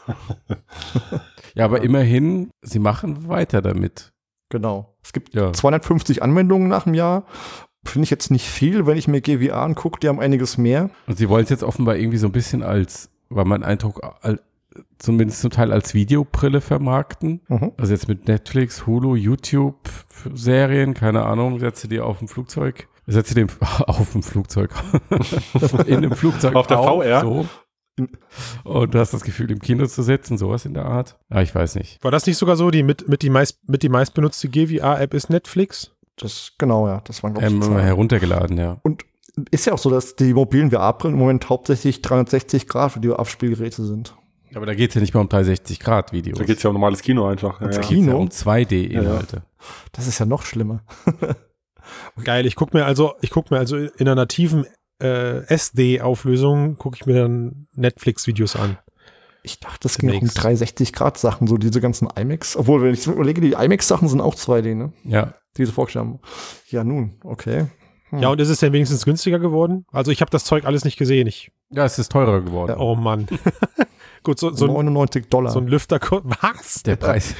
Ja, aber immerhin, sie machen weiter damit. Genau. Es gibt Ja. zweihundertfünfzig Anwendungen nach dem Jahr. Finde ich jetzt nicht viel, wenn ich mir G V A angucke, die haben einiges mehr. Und sie wollen es jetzt offenbar irgendwie so ein bisschen als, war mein Eindruck, al- zumindest zum Teil als Videobrille vermarkten. Mhm. Also jetzt mit Netflix, Hulu, YouTube, Serien, keine Ahnung, setze die auf dem Flugzeug. Setze die auf dem Flugzeug. In dem Flugzeug Auf der V R? So. Und du hast das Gefühl, im Kino zu sitzen, sowas in der Art. Ah, ich weiß nicht. War das nicht sogar so, die mit, mit, die, meist, mit die meistbenutzte G V A-App ist Netflix? Das, genau, ja. Das waren, glaube ich, Ähm, Zahlen. heruntergeladen, ja. Und ist ja auch so, dass die mobilen V R-Brillen im Moment hauptsächlich dreihundertsechzig Grad Video-Abspielgeräte sind. Aber da geht es ja nicht mehr um dreihundertsechzig Grad Videos. Da geht's ja um normales Kino einfach. Ja, Ums ja. Da geht's ja Kino? um zwei D-Inhalte. Das ist ja noch schlimmer. Geil, ich gucke mir also, ich gucke mir also in einer nativen äh, S D-Auflösung, gucke ich mir dann Netflix-Videos an. Ich dachte, es ging auch um Demnächst. dreihundertsechzig Grad Sachen, so diese ganzen IMAX. Obwohl, wenn ich so überlege, die IMAX-Sachen sind auch zwei D, ne? Ja. Die sie vorgestellt haben. Ja, nun, okay. Hm. Ja, und ist es denn wenigstens günstiger geworden? Also ich habe das Zeug alles nicht gesehen. Ich, Ja, es ist teurer geworden. oh Mann. Gut, so, so, ein, neunundneunzig Dollar. so ein Lüfter. Was? Der Preis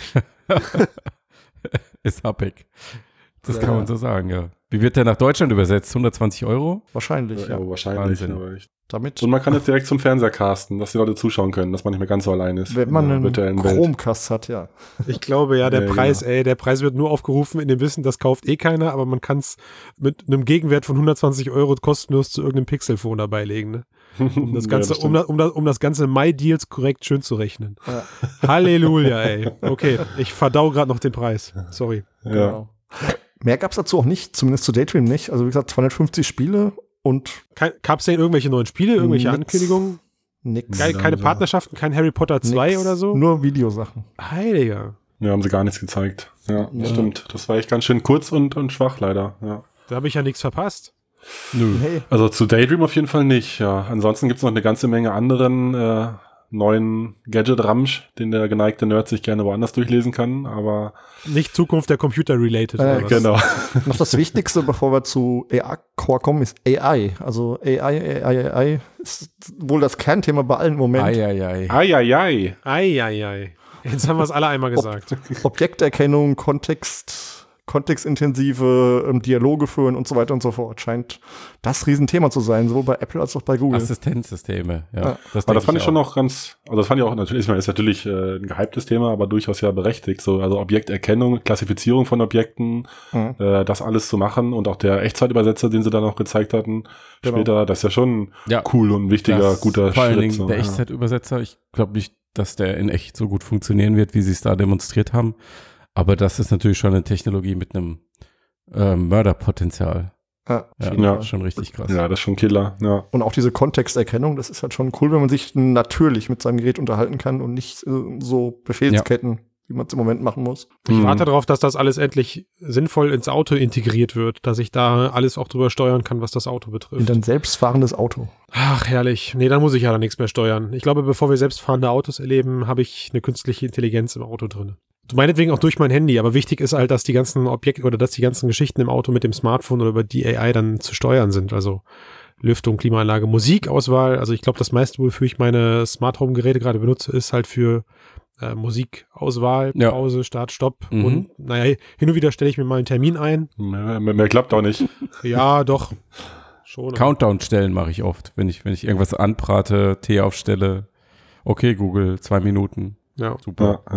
ist happig. Das Ja, kann man ja. so sagen, ja. Wie wird der nach Deutschland übersetzt? hundertzwanzig Euro? Wahrscheinlich, ja. Ja, wahrscheinlich. Wahnsinn. Aber ich, Damit, und man kann jetzt direkt zum Fernseher casten, dass die Leute zuschauen können, dass man nicht mehr ganz so allein ist. wenn man in der einen virtuellen Welt. Chromecast hat, ja. Ich glaube, ja, der Ja, Preis, genau. ey, der Preis wird nur aufgerufen in dem Wissen, das kauft eh keiner, aber man kann es mit einem Gegenwert von hundertzwanzig Euro kostenlos zu irgendeinem Pixelphone dabei legen, ne? Um das Ganze, ja, um, das, um, das, um das ganze My-Deals korrekt schön zu rechnen. Ja. Halleluja, ey. Okay, ich verdau gerade noch den Preis. Sorry. ja. Genau. Mehr gab's dazu auch nicht, zumindest zu Daydream nicht. Also wie gesagt, zweihundertfünfzig Spiele und Gab es denn irgendwelche neuen Spiele, irgendwelche Nix. Ankündigungen? nix. Geil, keine Ja. Partnerschaften, kein Harry Potter zwei Nix. oder so? Nur Videosachen. Heiliger. Ja, haben sie gar nichts gezeigt. Ja, Ja. stimmt. Das war echt ganz schön kurz und, und schwach leider. Ja. Da habe ich ja nichts verpasst. Nö. Hey, Also zu Daydream auf jeden Fall nicht, ja. Ansonsten gibt's noch eine ganze Menge anderen äh, neuen Gadget-Ramsch, den der geneigte Nerd sich gerne woanders durchlesen kann, aber Nicht Zukunft der Computer-related. Äh, oder was? genau. noch das Wichtigste, bevor wir zu A R-Core kommen, ist A I. Also A I, A I, A I ist wohl das Kernthema bei allen im Moment. Eieiei. Eieiei. Eieiei. Jetzt haben wir es alle einmal gesagt. Objekterkennung, Kontext, kontextintensive ähm, Dialoge führen und so weiter und so fort. Scheint das Riesenthema zu sein, sowohl bei Apple als auch bei Google. Assistenzsysteme, ja. Ja. Das, Aber denk das fand ich schon auch. noch ganz, also das fand ich auch natürlich, ich meine, ist natürlich äh, ein gehyptes Thema, aber durchaus ja berechtigt. So, also Objekterkennung, Klassifizierung von Objekten, Mhm. äh, das alles zu machen und auch der Echtzeitübersetzer, den sie da noch gezeigt hatten, Genau. später, das ist ja schon Ja. cool und ein wichtiger, Das- guter vor allen Schritt. Dingen so, der ja. Echtzeitübersetzer, ich glaube nicht, dass der in echt so gut funktionieren wird, wie sie es da demonstriert haben. Aber das ist natürlich schon eine Technologie mit einem äh, Mörderpotenzial. Ja, Ja, auf jeden Ja. Fall. schon richtig krass. Ja, das ist schon Killer, ja. Und auch diese Kontexterkennung, das ist halt schon cool, wenn man sich natürlich mit seinem Gerät unterhalten kann und nicht äh, so Befehlsketten, wie man es im Moment machen muss. Ich Mhm. warte darauf, dass das alles endlich sinnvoll ins Auto integriert wird, dass ich da alles auch drüber steuern kann, was das Auto In betrifft. ein selbstfahrendes Auto. Ach, herrlich. Nee, dann muss ich ja da nichts mehr steuern. Ich glaube, bevor wir selbstfahrende Autos erleben, habe ich eine künstliche Intelligenz im Auto drin. Meinetwegen auch durch mein Handy, aber wichtig ist halt, dass die ganzen Objekte oder dass die ganzen Geschichten im Auto mit dem Smartphone oder über die A I dann zu steuern sind. Also Lüftung, Klimaanlage, Musikauswahl. Also ich glaube, das meiste, wofür ich meine Smart Home Geräte gerade benutze, ist halt für äh, Musikauswahl, Ja. Pause, Start, Stopp. Mhm. Und naja, hin und wieder stelle ich mir mal einen Termin ein. Mehr, mehr, mehr klappt auch nicht. Ja, doch. Schon. Countdown-Stellen mache ich oft, wenn ich, wenn ich irgendwas anbrate, Tee aufstelle. Okay, Google, zwei Minuten. Ja. Super. Ja, ja.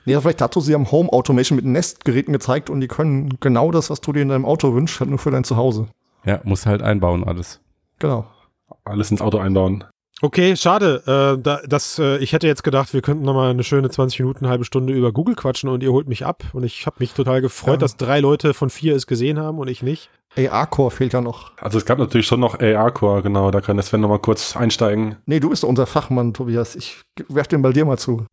Nee, vielleicht dazu, sie haben Home Automation mit Nest-Geräten gezeigt und die können genau das, was du dir in deinem Auto wünschst, halt nur für dein Zuhause. Ja, muss halt einbauen alles. Genau. Alles ins Auto einbauen. Okay, schade. Äh, da, das, äh, ich hätte jetzt gedacht, wir könnten nochmal eine schöne zwanzig Minuten, halbe Stunde über Google quatschen und ihr holt mich ab. Und ich habe mich total gefreut, ja. dass drei Leute von vier es gesehen haben und ich nicht. A R-Core fehlt ja noch. Also es gab natürlich schon noch A R-Core, genau. Da kann der Sven nochmal kurz einsteigen. Nee, du bist doch unser Fachmann, Tobias. Ich werf den Ball dir mal zu.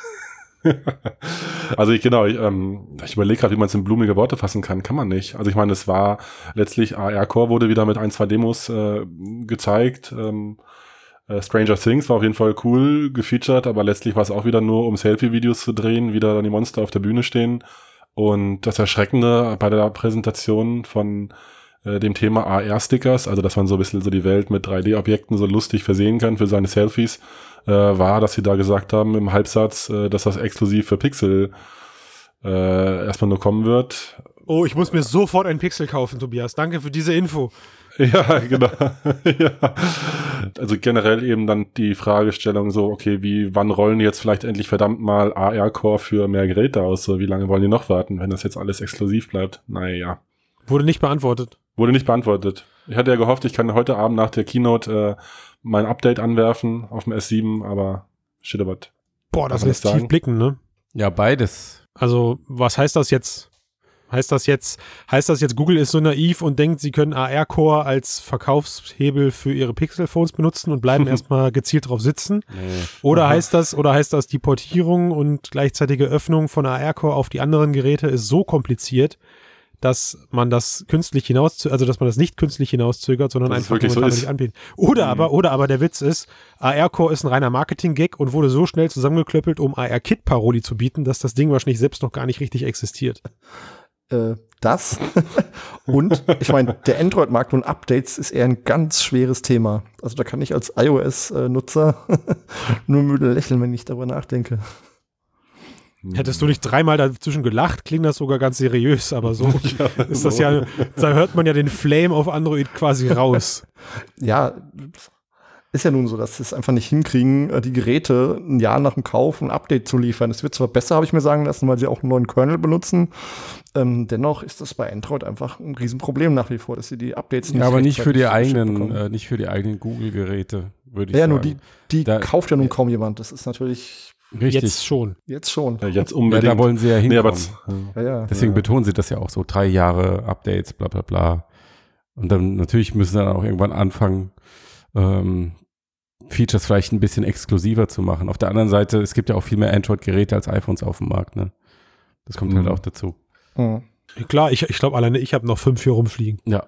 Also ich genau, ich, ähm, ich überlege gerade, wie man es in blumige Worte fassen kann. Kann man nicht. Also ich meine, es war letztlich A R-Core wurde wieder mit ein, zwei Demos äh, gezeigt. Ähm, äh, Stranger Things war auf jeden Fall cool gefeatured, aber letztlich war es auch wieder nur, um Selfie-Videos zu drehen, wieder dann die Monster auf der Bühne stehen. Und das Erschreckende bei der Präsentation von äh, dem Thema A R-Stickers, also dass man so ein bisschen so die Welt mit drei D-Objekten so lustig versehen kann für seine Selfies, äh, war, dass sie da gesagt haben im Halbsatz, äh, dass das exklusiv für Pixel äh, erstmal nur kommen wird. Oh, ich muss mir sofort ein Pixel kaufen, Tobias. Danke für diese Info. Ja, genau. Ja. Also generell eben dann die Fragestellung so, okay, wie, wann rollen die jetzt vielleicht endlich verdammt mal A R-Core für mehr Geräte aus? So, wie lange wollen die noch warten, wenn das jetzt alles exklusiv bleibt? Naja. Wurde nicht beantwortet. Wurde nicht beantwortet. Ich hatte ja gehofft, ich kann heute Abend nach der Keynote äh, mein Update anwerfen auf dem S sieben, aber shit about. Boah, das lässt tief blicken, ne? Ja, beides. Also, was heißt das jetzt? Heißt das jetzt, heißt das jetzt, Google ist so naiv und denkt, sie können A R-Core als Verkaufshebel für ihre Pixel-Phones benutzen und bleiben erstmal gezielt drauf sitzen? Nee. Oder heißt das, oder heißt das, die Portierung und gleichzeitige Öffnung von A R-Core auf die anderen Geräte ist so kompliziert, dass man das künstlich hinaus, also dass man das nicht künstlich hinauszögert, sondern das einfach momentan so nicht anbietet. Oder mhm. aber, oder aber der Witz ist, A R-Core ist ein reiner Marketing-Gag und wurde so schnell zusammengeklöppelt, um A R-Kit-Paroli zu bieten, dass das Ding wahrscheinlich selbst noch gar nicht richtig existiert. Das und ich meine, der Android-Markt und Updates ist eher ein ganz schweres Thema. Also da kann ich als iOS-Nutzer nur müde lächeln, wenn ich darüber nachdenke. Hättest du nicht dreimal dazwischen gelacht, klingt das sogar ganz seriös, aber so ja, ist das ja, da hört man ja den Flame auf Android quasi raus. Ja, ist ja nun so, dass sie es einfach nicht hinkriegen, die Geräte ein Jahr nach dem Kauf ein Update zu liefern. Es wird zwar besser, habe ich mir sagen lassen, weil sie auch einen neuen Kernel benutzen. Ähm, dennoch ist das bei Android einfach ein Riesenproblem nach wie vor, dass sie die Updates nicht Ja, aber nicht für die eigenen, äh, nicht für die eigenen Google-Geräte, würde ich ja, sagen. Ja, nur die, die da, kauft ja nun kaum jemand. Das ist natürlich richtig. Jetzt schon. Jetzt schon. Ja, jetzt unbedingt. Ja, da wollen sie ja hinkommen. Nee, aber, ja, ja. Deswegen ja. betonen sie das ja auch so, drei Jahre Updates, bla bla bla. Und dann natürlich müssen sie dann auch irgendwann anfangen, ähm, Features vielleicht ein bisschen exklusiver zu machen. Auf der anderen Seite, es gibt ja auch viel mehr Android-Geräte als iPhones auf dem Markt, ne? Das kommt mhm. halt auch dazu. Mhm. Klar, ich, ich glaube alleine, ich habe noch fünf hier rumfliegen. Ja.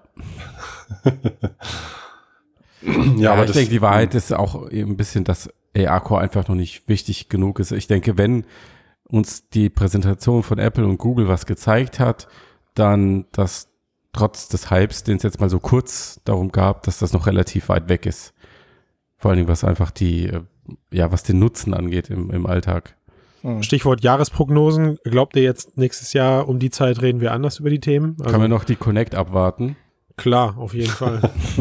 ja, ja, aber ich denke, die Wahrheit ist auch eben ein bisschen, dass A R-Core einfach noch nicht wichtig genug ist. Ich denke, wenn uns die Präsentation von Apple und Google was gezeigt hat, dann, dass trotz des Hypes, den es jetzt mal so kurz darum gab, dass das noch relativ weit weg ist. Vor allen Dingen, was einfach die, ja, was den Nutzen angeht im, im Alltag. Stichwort Jahresprognosen. Glaubt ihr jetzt, nächstes Jahr um die Zeit reden wir anders über die Themen? Also, kann man noch die Connect abwarten? Klar, auf jeden Fall.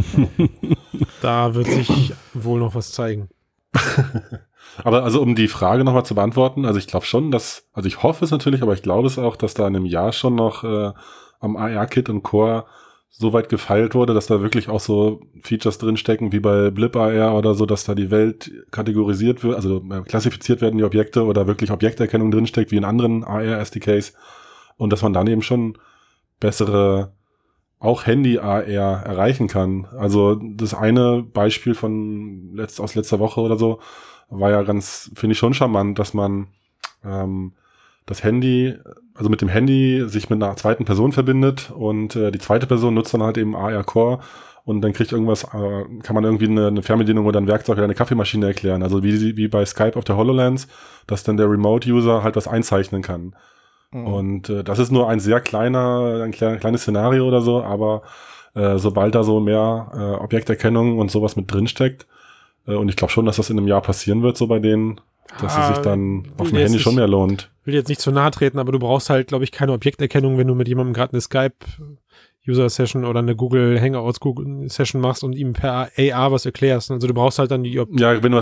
Da wird sich wohl noch was zeigen. Aber also um die Frage nochmal zu beantworten, also ich glaube schon, dass, also ich hoffe es natürlich, aber ich glaube es auch, dass da in einem Jahr schon noch äh, am A R-Kit und Core so weit gefeilt wurde, dass da wirklich auch so Features drinstecken, wie bei Blip A R oder so, dass da die Welt kategorisiert wird, also klassifiziert werden die Objekte oder wirklich Objekterkennung drinsteckt, wie in anderen A R-S D Ks. Und dass man dann eben schon bessere, auch Handy-A R erreichen kann. Also das eine Beispiel von letzt, aus letzter Woche oder so war ja ganz, finde ich schon charmant, dass man ähm, das Handy, also mit dem Handy sich mit einer zweiten Person verbindet und äh, die zweite Person nutzt dann halt eben A R-Core und dann kriegt irgendwas, äh, kann man irgendwie eine, eine Fernbedienung oder ein Werkzeug oder eine Kaffeemaschine erklären. Also wie, wie bei Skype auf der HoloLens, dass dann der Remote-User halt was einzeichnen kann. Mhm. Und äh, das ist nur ein sehr kleiner, ein klein, kleines Szenario oder so, aber äh, sobald da so mehr äh, Objekterkennung und sowas mit drinsteckt, äh, und ich glaube schon, dass das in einem Jahr passieren wird, so bei denen, dass ah, es sich dann auf dem Handy schon mehr lohnt. Ich will jetzt nicht zu nahe treten, aber du brauchst halt, glaube ich, keine Objekterkennung, wenn du mit jemandem gerade eine Skype-User-Session oder eine Google Hangouts-Session machst und ihm per A R was erklärst. Also du brauchst halt dann die... Ob- ja, wenn du was,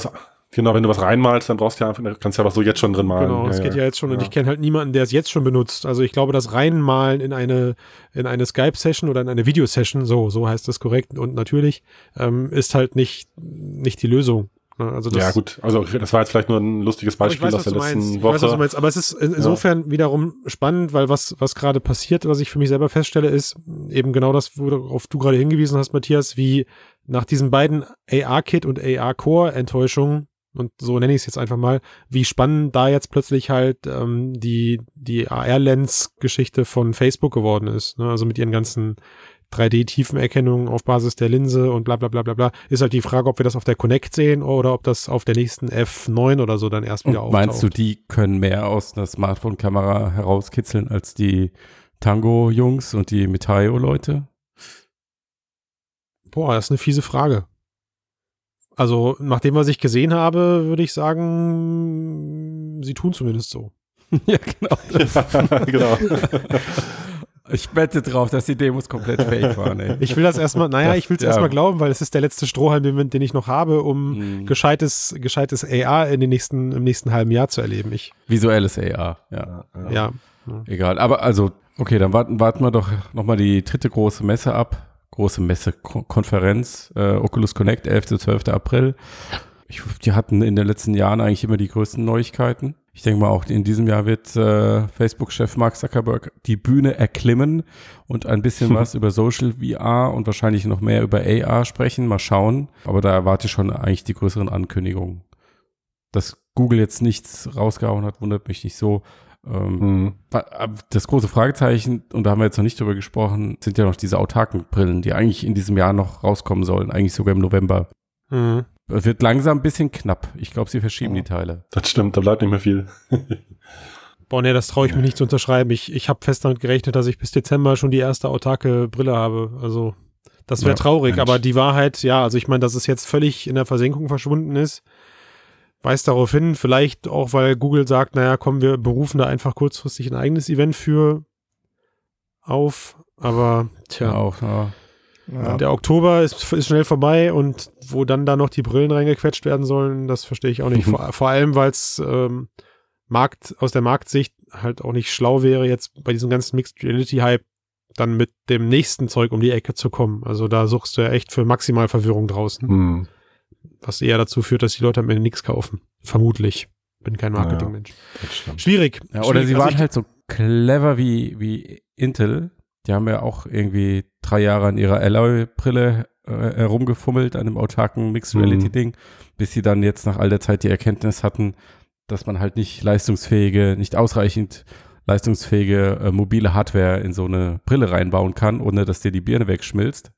Genau, wenn du was reinmalst, dann brauchst du ja einfach, kannst du ja was so jetzt schon drin malen. Genau, das ja, geht ja jetzt schon ja. und ich kenne halt niemanden, der es jetzt schon benutzt. Also ich glaube, das Reinmalen in eine, in eine Skype-Session oder in eine Videosession, so, so heißt das korrekt und natürlich, ähm, ist halt nicht, nicht die Lösung. Also das, ja gut, also das war jetzt vielleicht nur ein lustiges Beispiel weiß, aus der letzten meinst. Woche. Ich weiß, was du meinst, aber es ist insofern ja. wiederum spannend, weil was, was gerade passiert, was ich für mich selber feststelle, ist eben genau das, worauf du gerade hingewiesen hast, Matthias, wie nach diesen beiden A R-Kit und A R-Core-Enttäuschungen, und so nenne ich es jetzt einfach mal, wie spannend da jetzt plötzlich halt ähm, die, die A R-Lens-Geschichte von Facebook geworden ist. Ne? Also mit ihren ganzen drei D-Tiefenerkennung auf Basis der Linse und bla bla bla bla bla. Ist halt die Frage, ob wir das auf der Connect sehen oder ob das auf der nächsten F neun oder so dann erst wieder und auftaucht. Meinst du, die können mehr aus einer Smartphone-Kamera herauskitzeln als die Tango-Jungs und die Metaio-Leute? Boah, das ist eine fiese Frage. Also, nach dem, was ich gesehen habe, würde ich sagen, sie tun zumindest so. Ja, genau. Ja, genau. Ich wette drauf, dass die Demos komplett fake waren, ey. Ich will das erstmal, naja, Das- ich will es ja. erstmal glauben, weil es ist der letzte Strohhalm, den, den ich noch habe, um Mhm. gescheites, gescheites A R in den nächsten, im nächsten halben Jahr zu erleben. Ich, Visuelles A R, ja. ja. Egal, aber also, okay, dann warten, warten wir doch nochmal die dritte große Messe ab. Große Messe-Konferenz, äh, Oculus Connect, elfter bis zwölfter April. Ich, die hatten in den letzten Jahren eigentlich immer die größten Neuigkeiten. Ich denke mal, auch in diesem Jahr wird äh, Facebook-Chef Mark Zuckerberg die Bühne erklimmen und ein bisschen was über Social V R und wahrscheinlich noch mehr über A R sprechen. Mal schauen. Aber da erwarte ich schon eigentlich die größeren Ankündigungen. Dass Google jetzt nichts rausgehauen hat, wundert mich nicht so. Ähm, Mhm. Das große Fragezeichen, und da haben wir jetzt noch nicht drüber gesprochen, sind ja noch diese autarken Brillen, die eigentlich in diesem Jahr noch rauskommen sollen, eigentlich sogar im November. Mhm. Es wird langsam ein bisschen knapp. Ich glaube, sie verschieben Ja. die Teile. Das stimmt, da bleibt nicht mehr viel. Boah, nee, das traue ich mir nicht zu unterschreiben. Ich, ich habe fest damit gerechnet, dass ich bis Dezember schon die erste autarke Brille habe. Also, das wäre Ja, traurig, Mensch. aber die Wahrheit, ja, also ich meine, dass es jetzt völlig in der Versenkung verschwunden ist, weist darauf hin, vielleicht auch, weil Google sagt, naja, komm, wir berufen da einfach kurzfristig ein eigenes Event für auf, aber tja, Ja, auch, ja. Ja. der Oktober ist, ist schnell vorbei und wo dann da noch die Brillen reingequetscht werden sollen, das verstehe ich auch nicht. Vor, vor allem, weil es ähm, Markt, aus der Marktsicht halt auch nicht schlau wäre, jetzt bei diesem ganzen Mixed Reality Hype dann mit dem nächsten Zeug um die Ecke zu kommen. Also da suchst du ja echt für maximal Verwirrung draußen. Mhm. Was eher dazu führt, dass die Leute am Ende nichts kaufen. Vermutlich. Bin kein Marketingmensch. Das stimmt. Schwierig. Ja, oder Schwierig. sie Also waren ich- halt so clever wie, wie Intel. Die haben ja auch irgendwie drei Jahre an ihrer Alloy-Brille äh, herumgefummelt, an dem autarken Mixed-Reality-Ding, bis sie dann jetzt nach all der Zeit die Erkenntnis hatten, dass man halt nicht leistungsfähige, nicht ausreichend leistungsfähige äh, mobile Hardware in so eine Brille reinbauen kann, ohne dass dir die Birne wegschmilzt.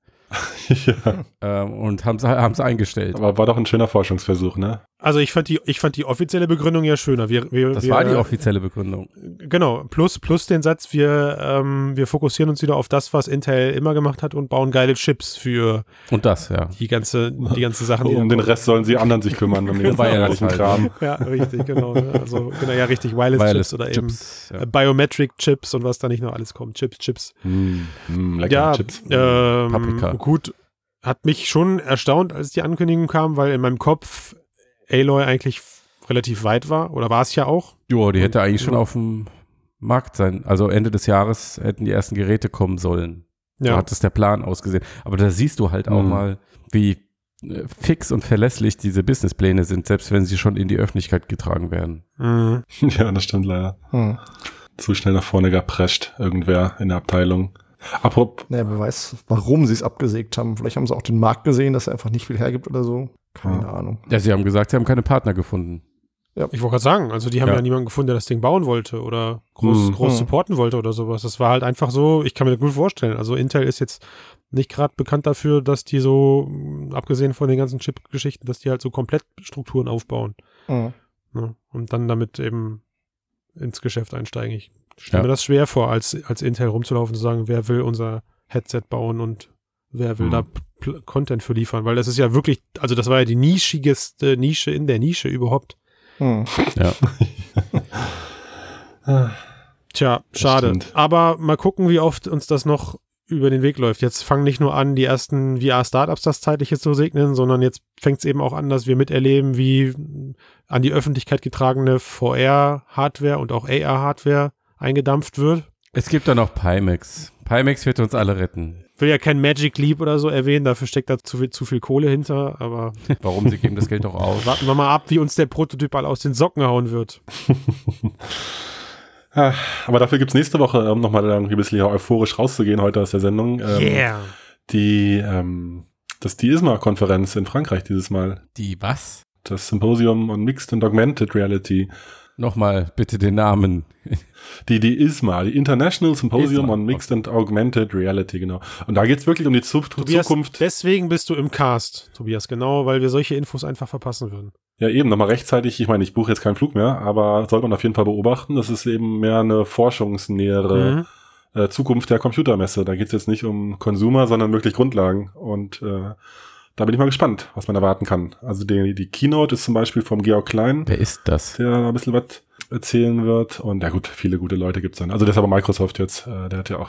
Ja, Ähm, und haben es eingestellt. aber war doch ein schöner Forschungsversuch, ne? Also ich fand die, ich fand die offizielle Begründung ja schöner. Wir, wir, Das wir, war die offizielle Begründung. Genau, plus, plus den Satz, wir, ähm, wir fokussieren uns wieder auf das, was Intel immer gemacht hat und bauen geile Chips für Und das, ja. die ganze, die ganze Sachen, die Um dann den kommen. Rest sollen sie anderen sich kümmern, um den ganzen Wireless restlichen halt, Kram. Ja, richtig, genau. ne? Also, genau, ja, richtig, Wireless-Chips oder Chips, eben ja. äh, Biometric-Chips und was da nicht noch alles kommt. Chips, Chips. Mm, mm, lecker Ja, Chips. ähm, Paprika. gut, hat mich schon erstaunt, als die Ankündigung kam, weil in meinem Kopf Aloy eigentlich f- relativ weit war, oder war es ja auch. Jo, die hätte eigentlich schon Ja. auf dem Markt sein. Also Ende des Jahres hätten die ersten Geräte kommen sollen. So Ja, hat es der Plan ausgesehen. Aber da siehst du halt auch Mhm. mal, wie äh, fix und verlässlich diese Businesspläne sind, selbst wenn sie schon in die Öffentlichkeit getragen werden. mhm. Ja, das stimmt leider. Hm. Zu schnell nach vorne geprescht, irgendwer in der Abteilung. Apropos, Naja, wer weiß, warum sie es abgesägt haben. Vielleicht haben sie auch den Markt gesehen, dass er einfach nicht viel hergibt oder so. Keine Ja. Ahnung. Ja, sie haben gesagt, sie haben keine Partner gefunden. Ich wollte gerade sagen, also die haben Ja. ja. niemanden gefunden, der das Ding bauen wollte oder groß, Mhm. groß Mhm. supporten wollte oder sowas. Das war halt einfach so, ich kann mir das gut vorstellen. Also Intel ist jetzt nicht gerade bekannt dafür, dass die so, mh, abgesehen von den ganzen Chip-Geschichten, dass die halt so komplett Strukturen aufbauen. Hm. Ne? Und dann damit eben ins Geschäft einsteigen. Ich stelle Ja. mir das schwer vor, als, als Intel rumzulaufen und zu sagen, wer will unser Headset bauen und wer will Mhm. da Pl- Content für liefern. Weil das ist ja wirklich, also das war ja die nischigste Nische in der Nische überhaupt. Hm. Ja. Tja, Das schade. stimmt. Aber mal gucken, wie oft uns das noch über den Weg läuft. Jetzt fangen nicht nur an, die ersten V R-Startups das Zeitliche zu segnen, sondern jetzt fängt es eben auch an, dass wir miterleben, wie an die Öffentlichkeit getragene V R-Hardware und auch A R-Hardware eingedampft wird. Es gibt da noch Pimax. Pimax wird uns alle retten. Ich will ja kein Magic Leap oder so erwähnen, dafür steckt da zu viel, zu viel Kohle hinter, aber Warum? Sie geben das Geld doch aus. warten wir mal ab, wie uns der Prototyp all aus den Socken hauen wird. Ja, aber dafür gibt's nächste Woche, um nochmal irgendwie ein bisschen euphorisch rauszugehen heute aus der Sendung, ähm, Yeah! die, ähm, das die I S M A-Konferenz in Frankreich dieses Mal. Die was? Das Symposium on Mixed and Augmented Reality. Nochmal bitte den Namen. Die, die I S M A, die International Symposium I S M A, on Mixed and Augmented Reality, genau. Und da geht's wirklich um die Zu Tobias, Zukunft. deswegen bist du im Cast, Tobias, genau, weil wir solche Infos einfach verpassen würden. Ja, eben, nochmal rechtzeitig. Ich meine, ich buche jetzt keinen Flug mehr, aber sollte man auf jeden Fall beobachten. Das ist eben mehr eine forschungsnähere Mhm. äh, Zukunft der Computermesse. Da geht's jetzt nicht um Consumer, sondern wirklich Grundlagen. Und äh, da bin ich mal gespannt, was man erwarten kann. Also die, die Keynote ist zum Beispiel vom Georg Klein, Wer ist das? der ein bisschen was erzählen wird. Und ja gut, viele gute Leute gibt's dann. Also das ist aber Microsoft jetzt. Äh, der hat ja auch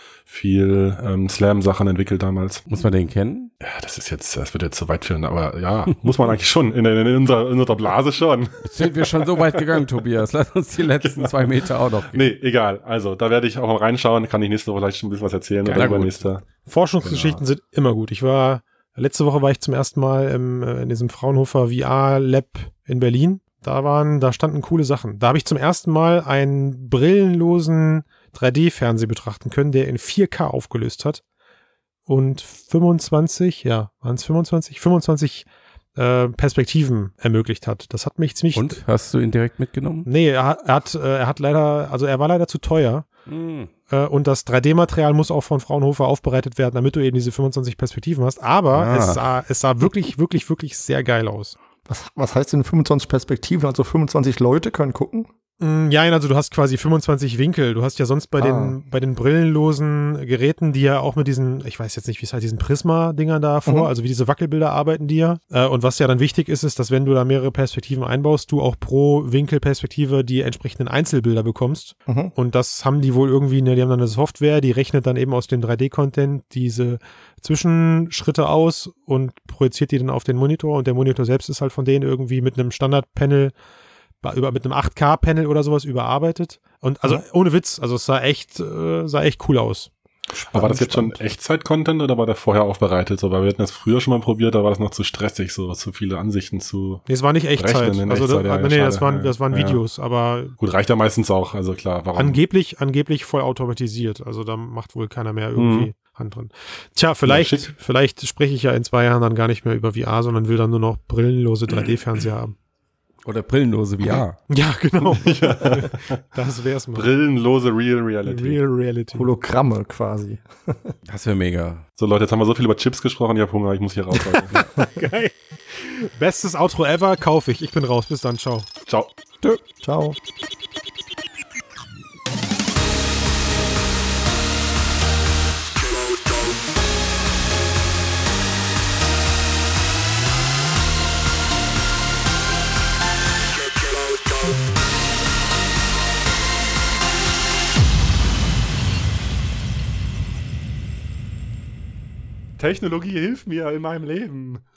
viel ähm, Slam-Sachen entwickelt damals. Muss man den kennen? Ja, das ist jetzt, das wird jetzt zu weit führen, aber ja, muss man eigentlich schon. In, in, in, unserer, in unserer Blase schon. Jetzt sind wir schon so weit gegangen, Tobias. Lass uns die letzten zwei Meter auch noch gehen. Nee, egal. Also, da werde ich auch mal reinschauen. Kann ich nächste Woche vielleicht schon ein bisschen was erzählen. Ja, oder gut. übernächste. Forschungsgeschichten sind immer gut. Ich war, letzte Woche war ich zum ersten Mal im, äh, in diesem Fraunhofer V R-Lab in Berlin. Da waren, da standen coole Sachen. Da habe ich zum ersten Mal einen brillenlosen drei D-Fernseher betrachten können, der in vier K aufgelöst hat und fünfundzwanzig, ja, waren es fünfundzwanzig? fünfundzwanzig äh, Perspektiven ermöglicht hat. Das hat mich ziemlich... Und? Hast du ihn direkt mitgenommen? Nee, er hat, er hat, äh, er hat leider, also er war leider zu teuer. Hm. Äh, und das drei D-Material muss auch von Fraunhofer aufbereitet werden, damit du eben diese fünfundzwanzig Perspektiven hast. Aber Ah. es sah, es sah wirklich, wirklich, wirklich sehr geil aus. Was, was heißt denn fünfundzwanzig Perspektiven? Also fünfundzwanzig Leute können gucken? Mm, Ja, also du hast quasi fünfundzwanzig Winkel. Du hast ja sonst bei Ah. den bei den brillenlosen Geräten, die ja auch mit diesen, ich weiß jetzt nicht, wie es halt diesen Prisma-Dingern da vor, Mhm. also wie diese Wackelbilder arbeiten die ja. Äh, und was ja dann wichtig ist, ist, dass wenn du da mehrere Perspektiven einbaust, du auch pro Winkelperspektive die entsprechenden Einzelbilder bekommst. Mhm. Und das haben die wohl irgendwie, ne, die haben dann eine Software, die rechnet dann eben aus dem drei D-Content diese Zwischenschritte aus und projiziert die dann auf den Monitor. Und der Monitor selbst ist halt von denen irgendwie mit einem Standard-Panel ba- über mit einem acht K-Panel oder sowas überarbeitet. Und also Mhm. ohne Witz, also es sah echt, äh, sah echt cool aus. Aber war das jetzt schon Spannend. Echtzeit-Content oder war der vorher aufbereitet? So, weil wir hatten das früher schon mal probiert, da war das noch zu stressig, so zu viele Ansichten zu. Nee, es war nicht Echtzeit. Rechnen in Also Echtzeit, da, ja, nee, schade. das waren, das waren Ja. Videos, aber Gut, reicht ja meistens auch, also klar, warum? angeblich, angeblich voll automatisiert. Also da macht wohl keiner mehr irgendwie Mhm. Hand drin. Tja, vielleicht, schick. vielleicht spreche ich ja in zwei Jahren dann gar nicht mehr über V R, sondern will dann nur noch brillenlose drei D-Fernseher haben. Oder brillenlose V R. Ja, genau. Das wär's mal. Brillenlose Real Reality. Real Reality. Hologramme quasi. Das wäre mega. So Leute, jetzt haben wir so viel über Chips gesprochen, ich habe Hunger, ich muss hier raus. Also. Geil. Bestes Outro ever, kaufe ich. Ich bin raus. Bis dann. Ciao. Ciao. Ciao. Technologie hilft mir in meinem Leben.